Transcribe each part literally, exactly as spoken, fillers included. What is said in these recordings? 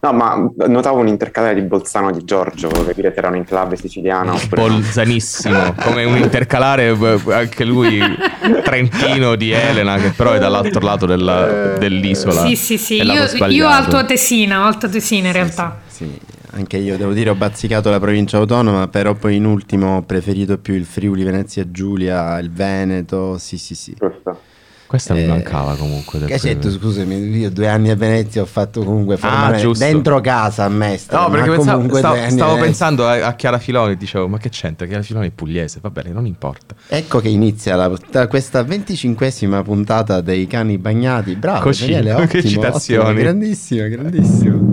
No, ma notavo un intercalare di Bolzano di Giorgio, volevo capire se era un enclave siciliano. Bolzanissimo, come un intercalare anche lui trentino di Elena, che però è dall'altro lato della, dell'isola. Sì, sì, sì, io, io ho altoatesina, ho altoatesina in realtà. Sì, sì, anche io devo dire ho bazzicato la provincia autonoma, però poi in ultimo ho preferito più il Friuli Venezia Giulia, il Veneto, sì sì sì. Giusto. Questa eh, mi mancava comunque. Cacetto, scusami, io due anni a Venezia ho fatto comunque formare ah, dentro casa a me. No, perché pensavo, stavo, stavo a pensando a, a Chiara Filoni, dicevo, ma che c'entra? Chiara Filoni è pugliese, va bene, non importa. Ecco che inizia la, questa venticinquesima puntata dei Cani Bagnati. Bravo, Così, Daniele, ottimo, che citazioni. Ottimo, grandissimo, grandissimo.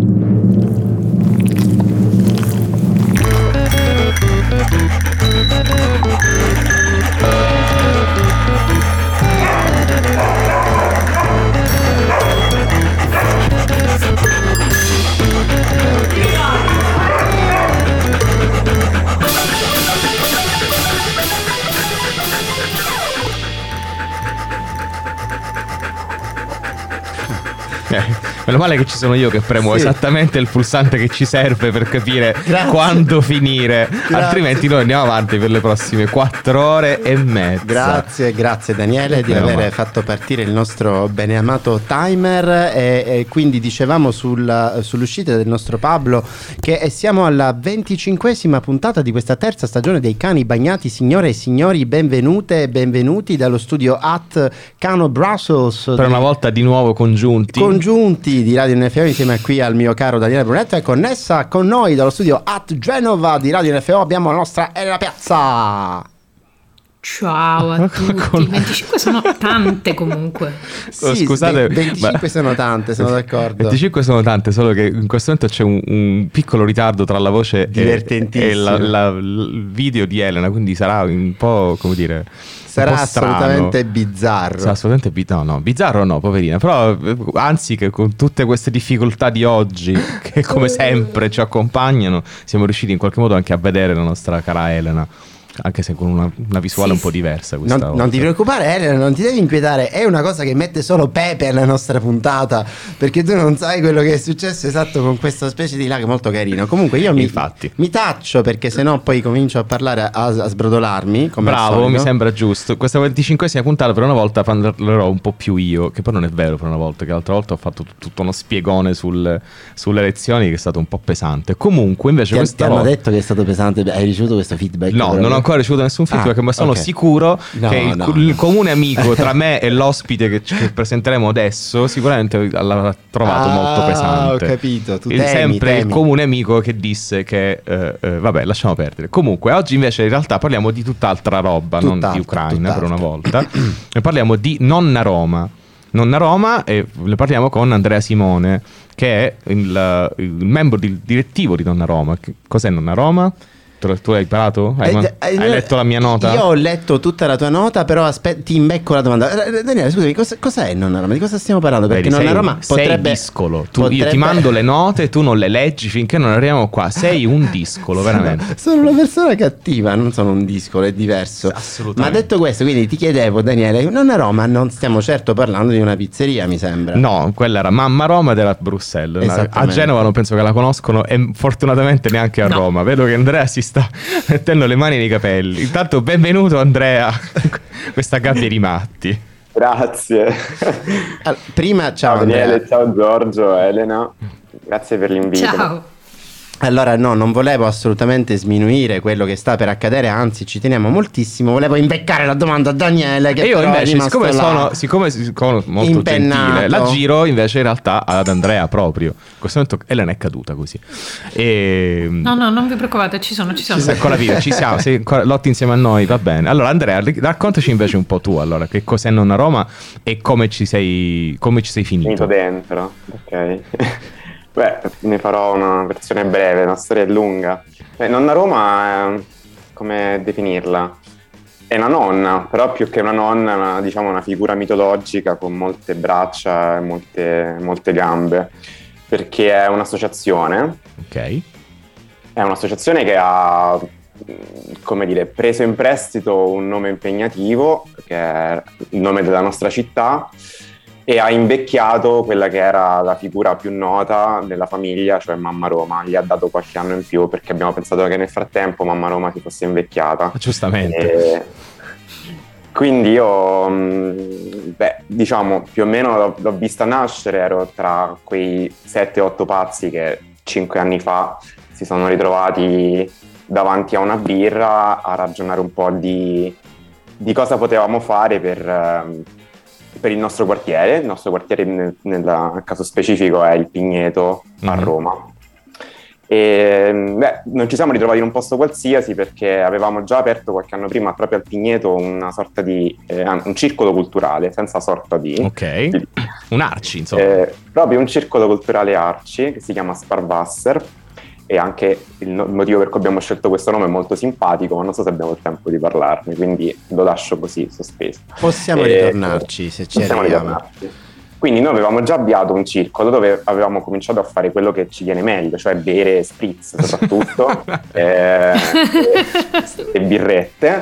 Eh, meno male che ci sono io che premo sì. esattamente il pulsante che ci serve per capire Grazie. quando finire. Grazie. Altrimenti noi andiamo avanti per le prossime quattro ore e mezza. Grazie, grazie Daniele di aver male. fatto partire il nostro beneamato timer e, e quindi dicevamo sul, sull'uscita del nostro Pablo che siamo alla venticinquesima puntata di questa terza stagione dei Cani Bagnati. Signore e signori, benvenute e benvenuti dallo studio at Cano Brussels. Per una volta di nuovo congiunti. Con Congiunti di Radio N F O insieme a qui al mio caro Daniele Brunetto e connessa con noi dallo studio at Genova di Radio N F O abbiamo la nostra Elena Piazza. Ciao a tutti. venticinque sono tante comunque. Sì, scusate, venticinque ma... sono tante, sono d'accordo. venticinque sono tante, solo che in questo momento c'è un, un piccolo ritardo tra la voce e, e la, la, il video di Elena, quindi sarà un po', come dire, sarà assolutamente bizzarro. Sarà assolutamente bi- no, no, bizzarro no, poverina. Però anzi che con tutte queste difficoltà di oggi, che come sempre ci accompagnano, siamo riusciti in qualche modo anche a vedere la nostra cara Elena. Anche se con una, una visuale sì, un po' diversa questa non, volta. Non ti preoccupare Elena, non ti devi inquietare. È una cosa che mette solo Pepe alla nostra puntata, perché tu non sai quello che è successo esatto con questa specie di lag molto carino. Comunque io mi, Infatti. mi taccio, perché sennò poi comincio a parlare a, a sbrodolarmi come bravo, mi sembra giusto. Questa venticinquesima puntata per una volta parlerò un po' più io, che poi non è vero per una volta, che l'altra volta ho fatto t- tutto uno spiegone sul, sulle elezioni che è stato un po' pesante. Comunque invece ti, questa ti volta... hanno detto che è stato pesante, hai ricevuto questo feedback? No, non ho ancora ricevuto nessun feedback, ah, ma sono okay. sicuro no, che il, no, il comune amico tra me e l'ospite che, che presenteremo adesso sicuramente l'ha trovato ah, molto pesante. Ho capito, tu il, temi, sempre temi. il comune amico che disse che eh, eh, vabbè, lasciamo perdere. Comunque oggi invece in realtà parliamo di tutt'altra roba, tutt'altro, non di Ucraina tutt'altro. Per una volta. E parliamo di Nonna Roma. Nonna Roma, e ne parliamo con Andrea Simone, che è il, il membro di, direttivo di Nonna Roma. Che, cos'è Nonna Roma? Tu, tu hai imparato? Hai, eh, hai eh, letto la mia nota? Io ho letto tutta la tua nota, però aspetta, ti imbecco la domanda. Daniele, scusami, cosa, cos'è Nonna Roma? Di cosa stiamo parlando? Perché Vedi, Nonna sei, Roma potrebbe... Sei discolo. Tu, potrebbe... Io ti mando le note, tu non le leggi finché non arriviamo qua. Sei un discolo, veramente. Sono una persona cattiva, non sono un discolo, è diverso. Assolutamente. Ma detto questo, quindi ti chiedevo, Daniele, Nonna Roma, non stiamo certo parlando di una pizzeria, mi sembra. No, quella era Mamma Roma ed era a Bruxelles. A Genova non penso che la conoscono e fortunatamente neanche a no. Roma. Vedo che Andrea si sta... mettendo le mani nei capelli. Intanto benvenuto Andrea, questa gabbia di matti. Grazie. Allora, prima ciao, ciao Andrea. Daniele, ciao Giorgio, Elena, grazie per l'invito. Ciao. Allora no, non volevo assolutamente sminuire quello che sta per accadere, anzi ci teniamo moltissimo. Volevo imbeccare la domanda a Daniele, che e io però invece siccome là, sono, siccome sono molto impennato. Gentile, la giro invece in realtà ad Andrea proprio. In questo momento Elena è caduta così e... No no, non vi preoccupate, ci sono, ci sono. Ci ancora viva, ci siamo, sei ancora, lotti insieme a noi, va bene. Allora Andrea, raccontaci invece un po' tu allora, che cos'è Nonna Roma e come ci sei, come ci sei finito. Finito dentro, ok. Beh, ne farò una versione breve, una storia è lunga. Beh, Nonna Roma, è, come definirla? È una nonna, però più che una nonna è una, diciamo, una figura mitologica con molte braccia e molte, molte gambe, perché è un'associazione. Ok. È un'associazione che ha, come dire, preso in prestito un nome impegnativo, che è il nome della nostra città, e ha invecchiato quella che era la figura più nota della famiglia, cioè Mamma Roma. Gli ha dato qualche anno in più perché abbiamo pensato che nel frattempo Mamma Roma si fosse invecchiata. Giustamente. E quindi io, beh, diciamo, più o meno l'ho, l'ho vista nascere, ero tra quei sette otto pazzi che cinque anni fa si sono ritrovati davanti a una birra a ragionare un po' di, di cosa potevamo fare per... per il nostro quartiere. Il nostro quartiere nel, nel caso specifico è il Pigneto a mm-hmm. Roma. E beh, non ci siamo ritrovati in un posto qualsiasi perché avevamo già aperto qualche anno prima proprio al Pigneto una sorta di eh, un circolo culturale, senza sorta di ok, di, un Arci insomma, eh, proprio un circolo culturale Arci che si chiama Sparwasser, e anche il, no- il motivo per cui abbiamo scelto questo nome è molto simpatico, ma non so se abbiamo il tempo di parlarne, quindi lo lascio così sospeso. Possiamo e, ritornarci se ci arriviamo. Quindi noi avevamo già avviato un circolo dove avevamo cominciato a fare quello che ci viene meglio, cioè bere spritz soprattutto eh, e, e birrette,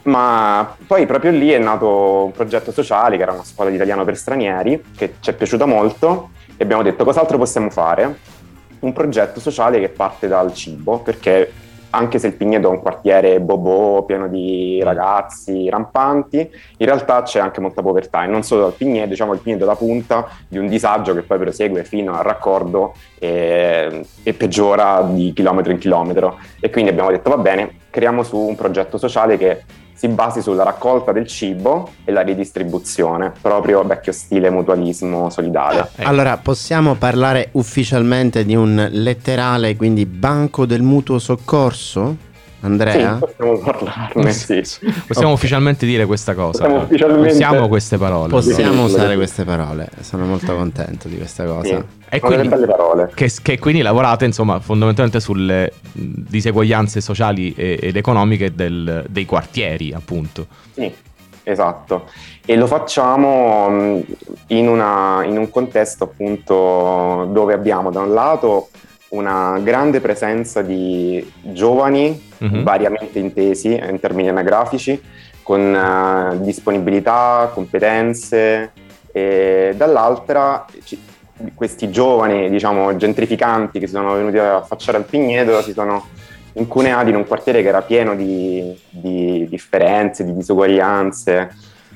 ma poi proprio lì è nato un progetto sociale che era una scuola di italiano per stranieri che ci è piaciuta molto e abbiamo detto cos'altro possiamo fare? Un progetto sociale che parte dal cibo, perché anche se il Pigneto è un quartiere bobò, pieno di ragazzi rampanti, in realtà c'è anche molta povertà, e non solo dal Pigneto, diciamo il Pigneto è la punta di un disagio che poi prosegue fino al raccordo e, e peggiora di chilometro in chilometro. E quindi abbiamo detto va bene, creiamo su un progetto sociale che si basi sulla raccolta del cibo e la ridistribuzione, proprio vecchio stile mutualismo solidale. Ah, ecco. Allora, possiamo parlare ufficialmente di un letterale, quindi banco del mutuo soccorso? Andrea? Sì, possiamo parlarne, sì. Possiamo okay. ufficialmente dire questa cosa. Possiamo ufficialmente... Usiamo queste parole. Possiamo sì, usare queste parole. Sono molto contento di questa cosa. Sì. E quindi, belle parole. Che, che quindi lavorate insomma fondamentalmente sulle diseguaglianze sociali ed economiche del, dei quartieri, appunto. Sì, esatto. E lo facciamo in, una, in un contesto appunto dove abbiamo da un lato una grande presenza di giovani mm-hmm. variamente intesi in termini anagrafici, con uh, disponibilità, competenze, e dall'altra ci, questi giovani, diciamo, gentrificanti che si sono venuti a affacciare al Pigneto si sono incuneati in un quartiere che era pieno di, di differenze, di disuguaglianze.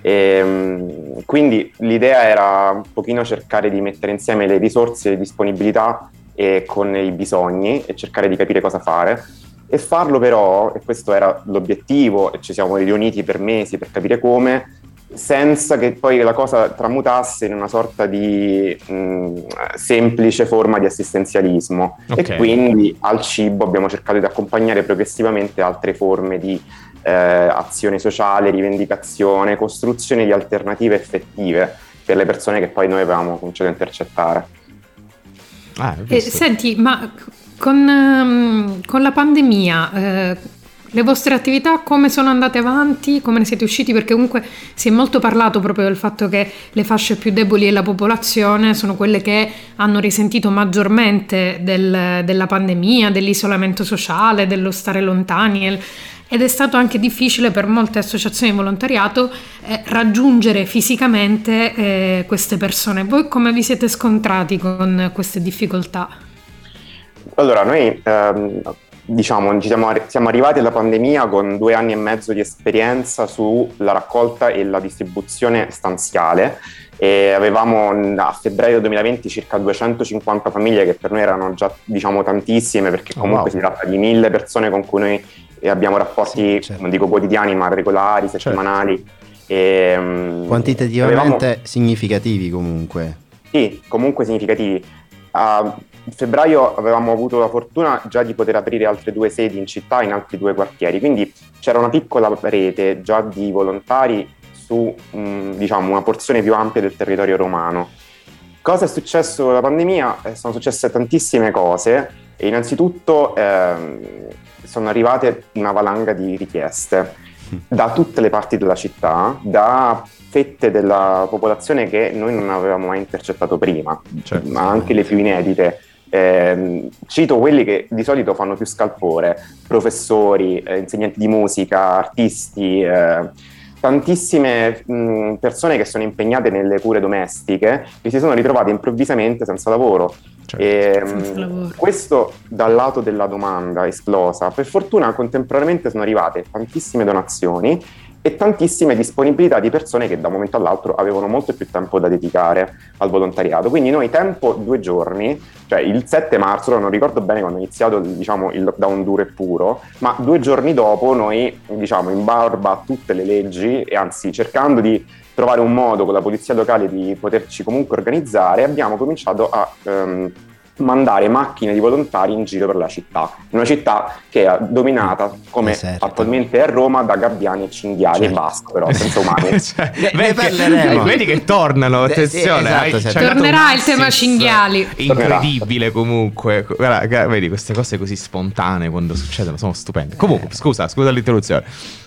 E, quindi l'idea era un pochino cercare di mettere insieme le risorse e le disponibilità e con i bisogni e cercare di capire cosa fare, e farlo però, e questo era l'obiettivo, e ci siamo riuniti per mesi per capire come, senza che poi la cosa tramutasse in una sorta di mh, semplice forma di assistenzialismo. Okay. E quindi al cibo abbiamo cercato di accompagnare progressivamente altre forme di eh, azione sociale, rivendicazione, costruzione di alternative effettive per le persone che poi noi avevamo cominciato a intercettare. Ah, eh, senti, ma con, um, con la pandemia eh, le vostre attività come sono andate avanti? Come ne siete usciti? Perché comunque si è molto parlato proprio del fatto che le fasce più deboli della popolazione sono quelle che hanno risentito maggiormente del, della pandemia, dell'isolamento sociale, dello stare lontani, ed è stato anche difficile per molte associazioni di volontariato eh, raggiungere fisicamente eh, queste persone. Voi come vi siete scontrati con queste difficoltà? Allora, noi ehm, diciamo ci siamo, siamo arrivati alla pandemia con due anni e mezzo di esperienza sulla raccolta e la distribuzione stanziale, e avevamo a febbraio duemilaventi circa duecentocinquanta famiglie, che per noi erano già, diciamo, tantissime, perché comunque oh, wow. si tratta di mille persone con cui noi abbiamo rapporti, sì, certo. non dico quotidiani, ma regolari, settimanali. Certo. E, um, quantitativamente avevamo... significativi comunque. Sì, comunque significativi. A febbraio avevamo avuto la fortuna già di poter aprire altre due sedi in città, in altri due quartieri, quindi c'era una piccola rete già di volontari su um, diciamo una porzione più ampia del territorio romano. Cosa è successo con la pandemia? Eh, sono successe tantissime cose, e innanzitutto ehm, sono arrivate una valanga di richieste da tutte le parti della città, da fette della popolazione che noi non avevamo mai intercettato prima, certo. ma anche le più inedite. Eh, cito quelli che di solito fanno più scalpore: professori, eh, insegnanti di musica, artisti, eh, tantissime mh, persone che sono impegnate nelle cure domestiche che si sono ritrovate improvvisamente senza lavoro. Certo. E, senza lavoro. Questo dal lato della domanda esplosa. Per fortuna contemporaneamente sono arrivate tantissime donazioni e tantissime disponibilità di persone che da un momento all'altro avevano molto più tempo da dedicare al volontariato. Quindi noi tempo due giorni, cioè il sette marzo, non ricordo bene quando è iniziato, diciamo, il lockdown duro e puro, ma due giorni dopo noi, diciamo, in barba a tutte le leggi e anzi cercando di trovare un modo con la polizia locale di poterci comunque organizzare, abbiamo cominciato a um, mandare macchine di volontari in giro per la città, una città che è dominata come Deserta. attualmente è Roma da gabbiani e cinghiali, certo. E basta, però senza umani. Cioè, vedi, che, vedi che tornano, attenzione, sì, esatto, certo. Tornerà il tema cinghiali, incredibile comunque. Guarda, vedi queste cose così spontanee quando succedono sono stupende. Comunque scusa, scusa l'interruzione.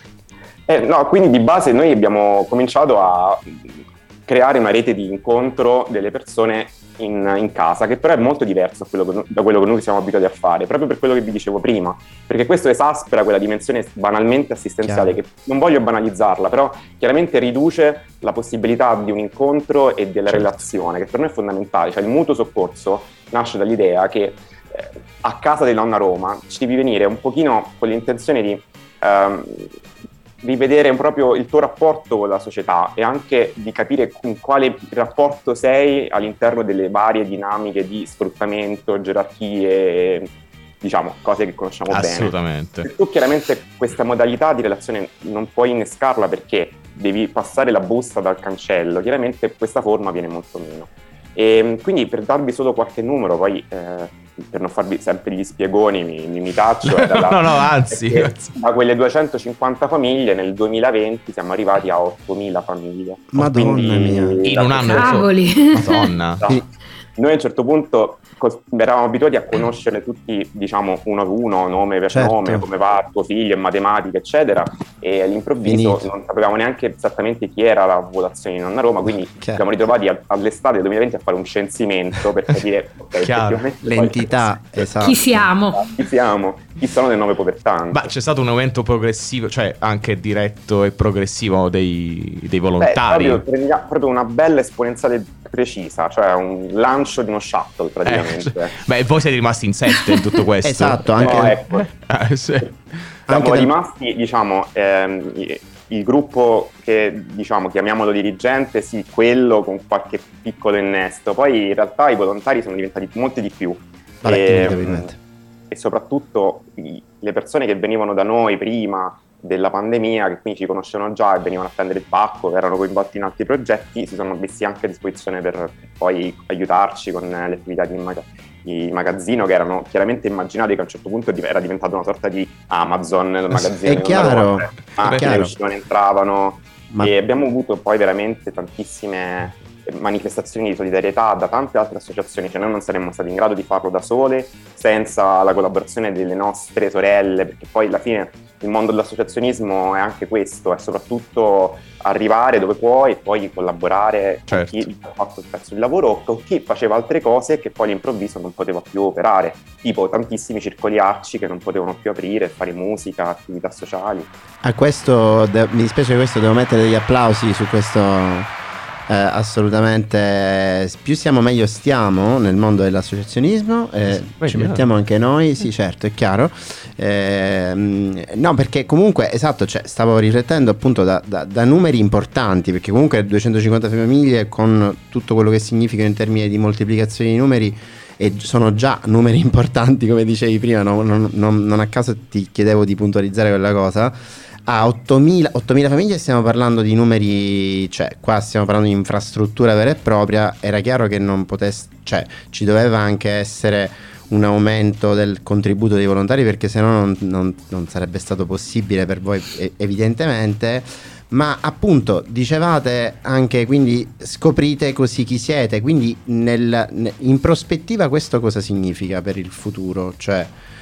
Eh, no, quindi di base noi abbiamo cominciato a creare una rete di incontro delle persone in, in casa, che però è molto diverso da quello, che, da quello che noi siamo abituati a fare, proprio per quello che vi dicevo prima, perché questo esaspera quella dimensione banalmente assistenziale, Chiaro. Che non voglio banalizzarla, però chiaramente riduce la possibilità di un incontro e della certo. relazione, che per noi è fondamentale. Cioè il mutuo soccorso nasce dall'idea che eh, a casa di nonna Roma ci devi venire un pochino con l'intenzione di ehm, rivedere proprio il tuo rapporto con la società e anche di capire in quale rapporto sei all'interno delle varie dinamiche di sfruttamento, gerarchie, diciamo, cose che conosciamo Assolutamente. bene. E tu chiaramente questa modalità di relazione non puoi innescarla perché devi passare la busta dal cancello, chiaramente questa forma viene molto meno. E quindi per darvi solo qualche numero, poi eh, per non farvi sempre gli spiegoni mi, mi, mi taccio. no, no, no, anzi. Da quelle duecentocinquanta famiglie nel duemilaventi siamo arrivati a ottomila famiglie. Madonna quindi, mia. In un anno. Cavoli. Madonna. No. Noi a un certo punto eravamo abituati a conoscere tutti, diciamo, uno ad uno, nome per certo. nome, come va tuo figlio in matematica, eccetera, e all'improvviso Finito. non sapevamo neanche esattamente chi era la popolazione di nonna Roma, quindi ci siamo ritrovati a, all'estate del duemilaventi a fare un censimento per capire okay, l'entità, esatto. Chi siamo? Chi siamo? Chi sono le nuove povertà? Ma c'è stato un aumento progressivo, cioè anche diretto e progressivo dei, dei volontari? Beh, proprio, proprio una bella esponenziale precisa, cioè un lancio di uno shuttle praticamente. Eh, beh, voi siete rimasti in sette in tutto questo. Esatto, anche no, ecco. eh, sì. Siamo anche rimasti, del... diciamo, ehm, il gruppo che, diciamo, chiamiamolo dirigente, sì, quello con qualche piccolo innesto. Poi in realtà i volontari sono diventati molti di più. Vabbè, e, e soprattutto i, le persone che venivano da noi prima della pandemia, che quindi ci conoscevano già e venivano a prendere il pacco, che erano coinvolti in altri progetti, si sono messi anche a disposizione per poi aiutarci con le attività di mag- di magazzino, che erano chiaramente immaginati che a un certo punto era diventato una sorta di Amazon, il magazzino. È chiaro, ma è che uscivano, entravano, ma... e abbiamo avuto poi veramente tantissime manifestazioni di solidarietà da tante altre associazioni, cioè noi non saremmo stati in grado di farlo da sole senza la collaborazione delle nostre sorelle, perché poi alla fine il mondo dell'associazionismo è anche questo, è soprattutto arrivare dove puoi e poi collaborare certo. con chi ha fatto il pezzo di lavoro o con chi faceva altre cose che poi all'improvviso non poteva più operare, tipo tantissimi circoli arci che non potevano più aprire, fare musica, attività sociali. A questo, de- mi dispiace che questo devo mettere degli applausi su questo. Eh, assolutamente, più siamo meglio stiamo nel mondo dell'associazionismo, eh, sì, ci mettiamo anche noi, sì certo, è chiaro, eh, no perché comunque esatto, cioè, stavo riflettendo appunto da, da, da numeri importanti, perché comunque duecentocinquanta famiglie con tutto quello che significa in termini di moltiplicazione di numeri e sono già numeri importanti, come dicevi prima, no? non, non, non a caso ti chiedevo di puntualizzare quella cosa. A ottomila famiglie stiamo parlando di numeri, cioè qua stiamo parlando di infrastruttura vera e propria. Era chiaro che non potesse, cioè ci doveva anche essere un aumento del contributo dei volontari, perché sennò non, non, non sarebbe stato possibile per voi evidentemente. Ma appunto dicevate anche, quindi scoprite così chi siete, quindi nel, in prospettiva questo cosa significa per il futuro? Cioè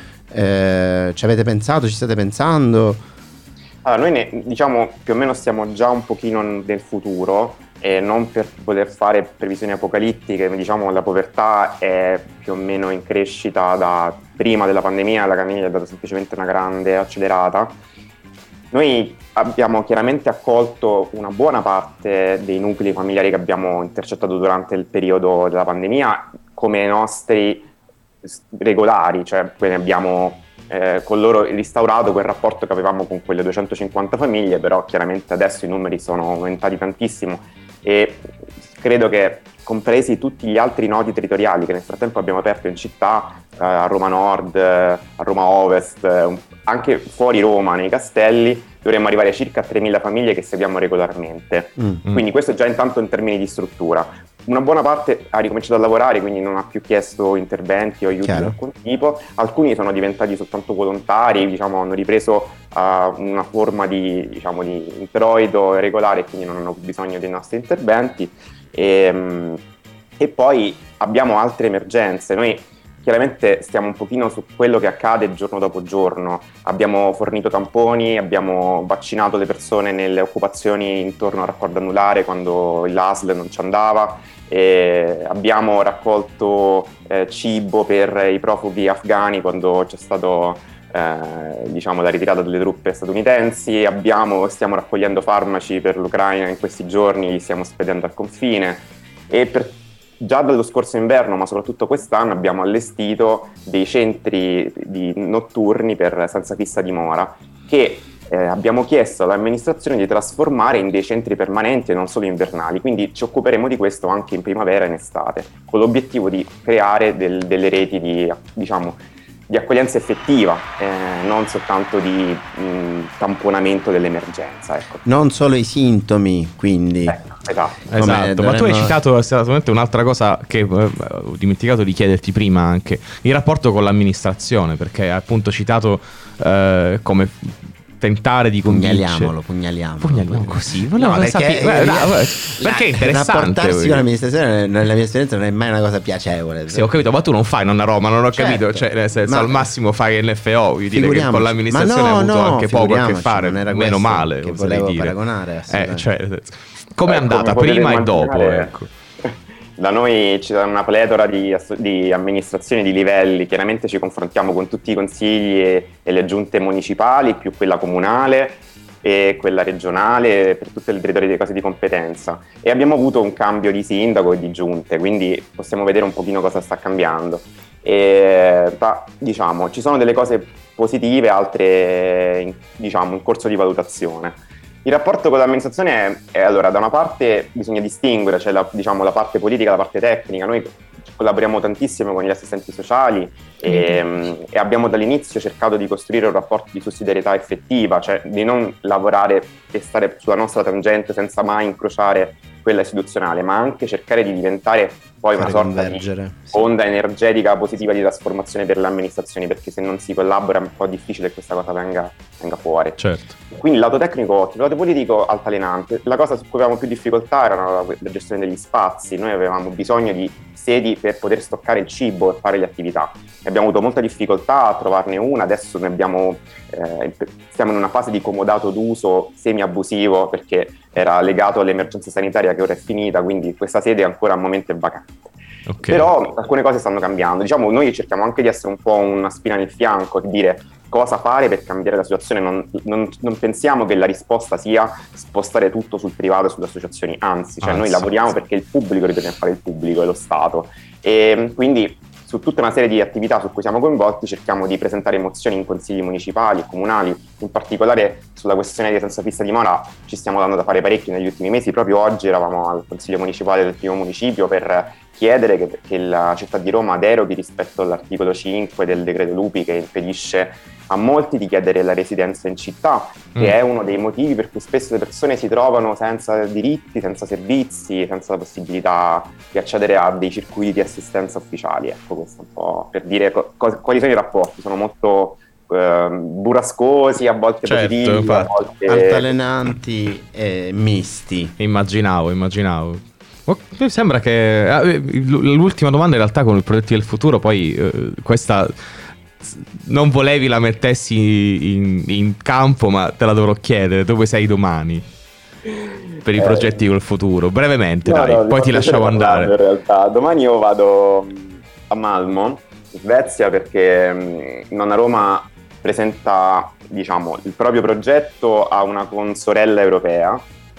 eh, ci avete pensato, ci state pensando? Allora, noi ne, diciamo più o meno stiamo già un pochino nel futuro, e non per poter fare previsioni apocalittiche, diciamo la povertà è più o meno in crescita da prima della pandemia, la cammina è stata semplicemente una grande accelerata. Noi abbiamo chiaramente accolto una buona parte dei nuclei familiari che abbiamo intercettato durante il periodo della pandemia come nostri regolari, cioè quindi abbiamo eh, con loro restaurato quel rapporto che avevamo con quelle duecentocinquanta famiglie, però chiaramente adesso i numeri sono aumentati tantissimo e credo che, compresi tutti gli altri nodi territoriali che nel frattempo abbiamo aperto in città, eh, a Roma Nord, eh, a Roma Ovest, eh, anche fuori Roma, nei castelli, dovremmo arrivare a circa tremila famiglie che seguiamo regolarmente. Mm-hmm. Quindi questo è già intanto in termini di struttura. Una buona parte ha ricominciato a lavorare, quindi non ha più chiesto interventi o aiuti di alcun tipo. Alcuni sono diventati soltanto volontari, diciamo, hanno ripreso uh, una forma di, diciamo, di introito regolare e quindi non hanno bisogno dei nostri interventi. E, e poi abbiamo altre emergenze. Noi chiaramente stiamo un pochino su quello che accade giorno dopo giorno. Abbiamo fornito tamponi, abbiamo vaccinato le persone nelle occupazioni intorno al raccordo anulare quando l'A S L non ci andava, e abbiamo raccolto eh, cibo per i profughi afghani quando c'è stato eh, diciamo la ritirata delle truppe statunitensi, abbiamo, stiamo raccogliendo farmaci per l'Ucraina in questi giorni, li stiamo spedendo al confine e per già dallo scorso inverno, ma soprattutto quest'anno, abbiamo allestito dei centri di notturni per senza fissa dimora che eh, abbiamo chiesto all'amministrazione di trasformare in dei centri permanenti e non solo invernali, quindi ci occuperemo di questo anche in primavera e in estate, con l'obiettivo di creare del, delle reti di, diciamo, di accoglienza effettiva, eh, non soltanto di mh, tamponamento dell'emergenza. Ecco. Non solo i sintomi, quindi. Ecco. Esatto, esatto. Dovremmo... ma tu hai citato esattamente un'altra cosa che eh, ho dimenticato di chiederti prima, anche il rapporto con l'amministrazione, perché hai appunto citato eh, come tentare di convincere. Pugnaliamolo, pugnaliamolo. Pugnaliamo così. No, perché, perché, eh, la, perché è interessante. Rapportarsi con l'amministrazione, nella mia esperienza, non è mai una cosa piacevole. Sì, ho capito, ma tu non fai non a Roma, non ho certo, capito. Cioè, nel senso, ma, al massimo fai N F O, vuoi dire che con l'amministrazione no, hai avuto no, anche poco a che fare, non era meno male. Che volevo dire. paragonare. Eh, cioè, com'è eh, andata come prima e dopo? Ecco. Da noi c'è una pletora di, di amministrazioni di livelli, chiaramente ci confrontiamo con tutti i consigli e, e le giunte municipali, più quella comunale e quella regionale per tutte le territorie di cose di competenza, e abbiamo avuto un cambio di sindaco e di giunte, quindi possiamo vedere un pochino cosa sta cambiando. E, diciamo, ci sono delle cose positive, altre in, diciamo, in corso di valutazione. Il rapporto con l'amministrazione è, è allora, da una parte bisogna distinguere, cioè la, diciamo, la parte politica, la parte tecnica. Noi collaboriamo tantissimo con gli assistenti sociali e, mm. e abbiamo dall'inizio cercato di costruire un rapporto di sussidiarietà effettiva, cioè di non lavorare e stare sulla nostra tangente senza mai incrociare quella istituzionale, ma anche cercare di diventare poi una sorta di sì. onda energetica positiva di trasformazione per le amministrazioni, perché se non si collabora è un po' difficile che questa cosa venga, venga fuori. Certo. Quindi il lato tecnico ottimo, il lato politico altalenante. La cosa su cui avevamo più difficoltà era la, la gestione degli spazi. Noi avevamo bisogno di sedi per poter stoccare il cibo e fare le attività. E abbiamo avuto molta difficoltà a trovarne una, adesso ne abbiamo, eh, stiamo in una fase di comodato d'uso semi-abusivo perché era legato all'emergenza sanitaria che ora è finita, quindi questa sede ancora al momento è vacante. Okay. Però alcune cose stanno cambiando. Diciamo, noi cerchiamo anche di essere un po' una spina nel fianco, di dire cosa fare per cambiare la situazione. Non, non, non pensiamo che la risposta sia spostare tutto sul privato e sulle associazioni, anzi, cioè anzi noi lavoriamo anzi. perché il pubblico riteniamo fare il pubblico e lo Stato, e quindi su tutta una serie di attività su cui siamo coinvolti cerchiamo di presentare mozioni in consigli municipali e comunali. In particolare sulla questione di senza fissa dimora ci stiamo dando da fare parecchio negli ultimi mesi. Proprio oggi eravamo al consiglio municipale del primo municipio per chiedere che, che la città di Roma deroghi rispetto all'articolo cinque del decreto Lupi, che impedisce a molti di chiedere la residenza in città, che mm. è uno dei motivi per cui spesso le persone si trovano senza diritti, senza servizi, senza la possibilità di accedere a dei circuiti di assistenza ufficiali. Ecco, questo un po' per dire co- co- quali sono i rapporti. Sono molto eh, burrascosi, a volte certo, positivi, a volte altalenanti e misti. Immaginavo, immaginavo. Mi sembra che l'ultima domanda in realtà con i progetti del futuro, poi eh, questa non volevi la mettessi in, in campo, ma te la dovrò chiedere: dove sei domani per i progetti eh, col futuro? Brevemente, no, dai, no, poi ti lasciamo andare. In realtà domani io vado a Malmo, in Svezia, perché Nonna Roma presenta diciamo, il proprio progetto a una consorella europea,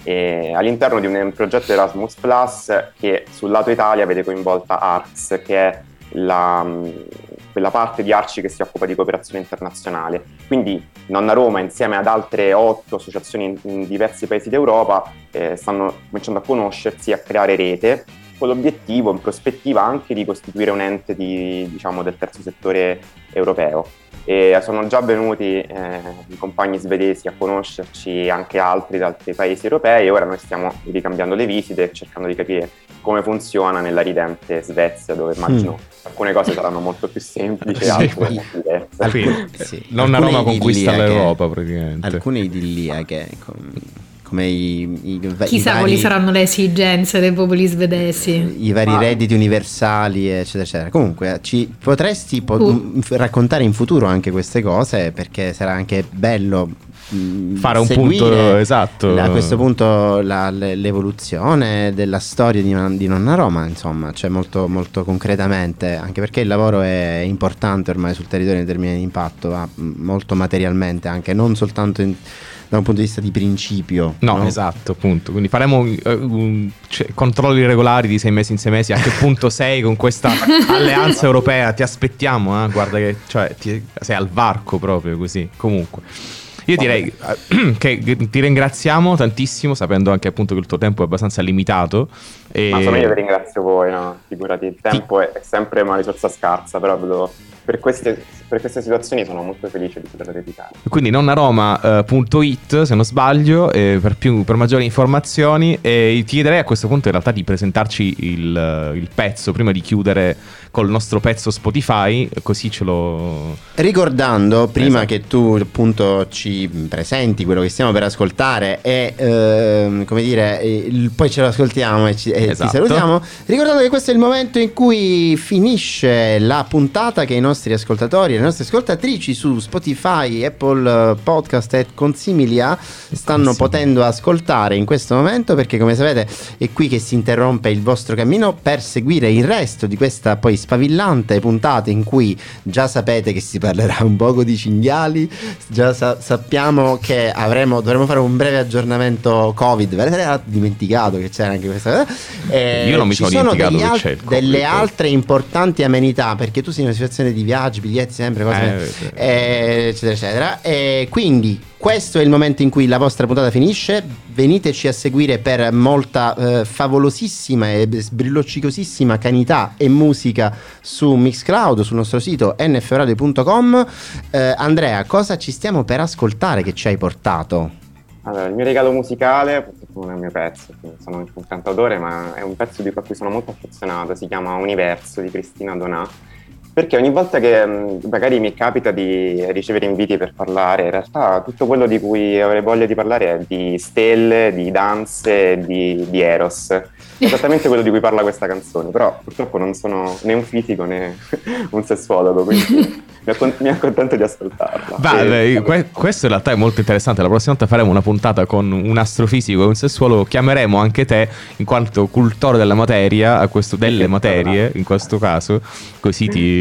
e all'interno di un progetto Erasmus Plus che sul lato Italia vede coinvolta ARCS, che è la, quella parte di Arci che si occupa di cooperazione internazionale. Quindi Nonna Roma, insieme ad altre otto associazioni in, in diversi paesi d'Europa, eh, stanno cominciando a conoscersi e a creare rete, con l'obiettivo in prospettiva anche di costituire un ente di, diciamo, del terzo settore europeo. E sono già venuti eh, i compagni svedesi a conoscerci, anche altri da altri paesi europei, e ora noi stiamo ricambiando le visite, cercando di capire come funziona nella ridente Svezia, dove immagino mm. alcune cose saranno molto più semplici, sì, altre molto diverse. Alcune, sì. Non una Roma conquista l'Europa praticamente. Alcune idilliache, come i, i, i chissà vari, quali saranno le esigenze dei popoli svedesi, i vari ah. redditi universali eccetera eccetera. Comunque ci potresti po- uh. raccontare in futuro anche queste cose, perché sarà anche bello mh, fare un punto esatto a questo punto la, l'evoluzione della storia di, di Nonna Roma, insomma, cioè molto, molto concretamente, anche perché il lavoro è importante ormai sul territorio in termini di impatto, va molto materialmente, anche non soltanto in da un punto di vista di principio. No, no? esatto, appunto. Quindi faremo uh, un, cioè, controlli regolari di sei mesi in sei mesi. A che punto sei con questa alleanza europea? Ti aspettiamo, eh? Guarda che cioè, ti, sei al varco proprio così. Comunque io direi uh, che ti ringraziamo tantissimo, sapendo anche appunto che il tuo tempo è abbastanza limitato. E... Ma sono io che ringrazio voi, no? Figurati, il tempo sì. è, è sempre una risorsa scarsa, però vedo... Per queste, per queste situazioni sono molto felice di poterla dedicare. Quindi nonnaroma punto it se non sbaglio, eh, per, più, per maggiori informazioni, e ti chiederei a questo punto in realtà di presentarci il, il pezzo prima di chiudere col nostro pezzo Spotify, così ce lo... Ricordando, prima esatto. che tu appunto ci presenti quello che stiamo per ascoltare e ehm, come dire, il, poi ce lo ascoltiamo e, ci, e esatto. ti salutiamo, ricordando che questo è il momento in cui finisce la puntata che i nostri ascoltatori e le nostre ascoltatrici su Spotify, Apple Podcast e consimilia stanno sì. potendo ascoltare in questo momento, perché come sapete è qui che si interrompe il vostro cammino per seguire il resto di questa poi spavillante puntata in cui già sapete che si parlerà un poco di cinghiali, già sa- sappiamo che avremo dovremo fare un breve aggiornamento Covid, ve l'avete dimenticato che c'era anche questa cosa? Eh, io non mi sono dimenticato al- che c'è il COVID, delle altre importanti amenità, perché tu sei in una situazione di viaggi, biglietti sempre cose eh, eh, eccetera eccetera, e quindi questo è il momento in cui la vostra puntata finisce. Veniteci a seguire per molta eh, favolosissima e sbrilloccicosissima canità e musica su Mixcloud, sul nostro sito n f radio punto com. eh, Andrea, cosa ci stiamo per ascoltare che ci hai portato? Allora, il mio regalo musicale purtroppo non è il mio pezzo, sono un cantautore, ma è un pezzo di cui sono molto affezionato, si chiama Universo di Cristina Donà. Perché ogni volta che mh, magari mi capita di ricevere inviti per parlare, in realtà tutto quello di cui avrei voglia di parlare è di stelle, di danze, di, di Eros. Esattamente quello di cui parla questa canzone, però purtroppo non sono né un fisico né un sessuologo, quindi mi, accont- mi accontento di ascoltarla. Beh, e... que- questo in realtà è molto interessante. La prossima volta faremo una puntata con un astrofisico e un sessuologo, chiameremo anche te in quanto cultore della materia, a questo, delle materie in questo caso, così ti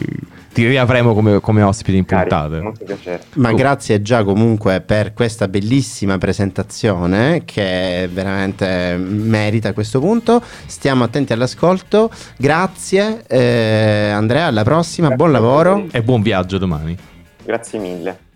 ti riavremo come, come ospite in puntate. Molto piacere. Ma grazie già comunque per questa bellissima presentazione che veramente merita a questo punto. Stiamo attenti all'ascolto. Grazie eh, Andrea, alla prossima, grazie, buon lavoro e buon viaggio domani. Grazie mille.